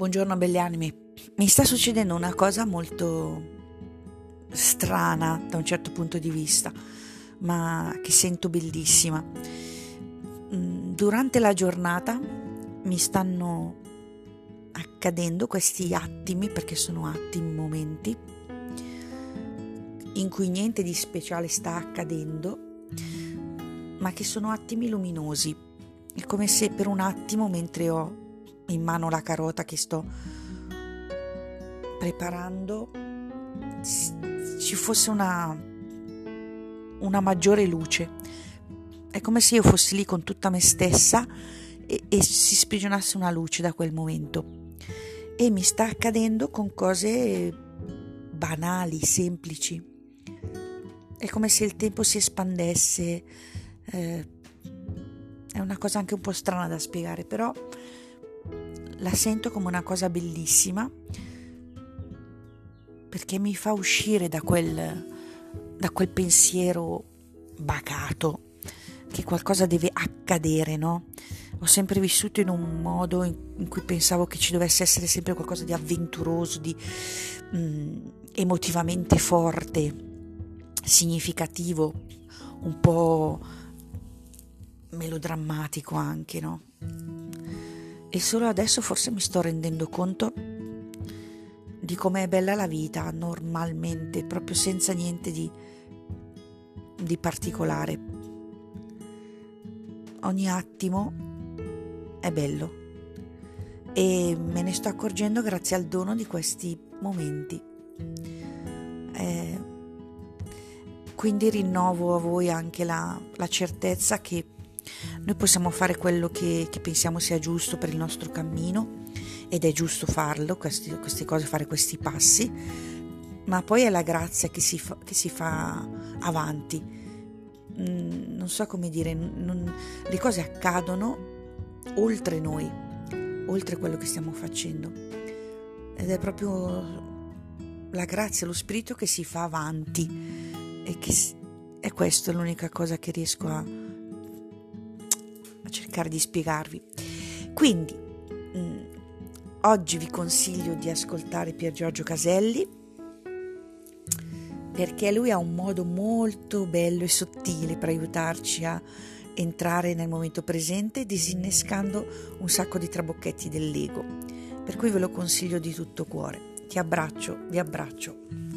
Buongiorno belle anime, mi sta succedendo una cosa molto strana da un certo punto di vista, ma che sento bellissima. Durante la giornata mi stanno accadendo questi attimi, perché sono attimi, momenti, in cui niente di speciale sta accadendo, ma che sono attimi luminosi. È come se per un attimo, mentre ho in mano la carota che sto preparando, ci fosse una maggiore luce. È come se io fossi lì con tutta me stessa e si sprigionasse una luce da quel momento. E mi sta accadendo con cose banali, semplici. È come se il tempo si espandesse. È una cosa anche un po' strana da spiegare, però la sento come una cosa bellissima, perché mi fa uscire da quel pensiero bacato che qualcosa deve accadere, no? Ho sempre vissuto in un modo in cui pensavo che ci dovesse essere sempre qualcosa di avventuroso, di emotivamente forte, significativo, un po' melodrammatico anche, no? E solo adesso forse mi sto rendendo conto di com'è bella la vita normalmente, proprio senza niente di particolare. Ogni attimo è bello e me ne sto accorgendo grazie al dono di questi momenti. Quindi rinnovo a voi anche la certezza che noi possiamo fare quello che pensiamo sia giusto per il nostro cammino, ed è giusto farlo, queste cose, fare questi passi, ma poi è la grazia che si fa avanti. Non so come dire, le cose accadono oltre noi, oltre quello che stiamo facendo, ed è proprio la grazia, lo spirito che si fa avanti, e che è questo, l'unica cosa che riesco a cercare di spiegarvi. Quindi oggi vi consiglio di ascoltare Pier Giorgio Caselli, perché lui ha un modo molto bello e sottile per aiutarci a entrare nel momento presente, disinnescando un sacco di trabocchetti dell'ego, per cui ve lo consiglio di tutto cuore. Ti abbraccio, vi abbraccio.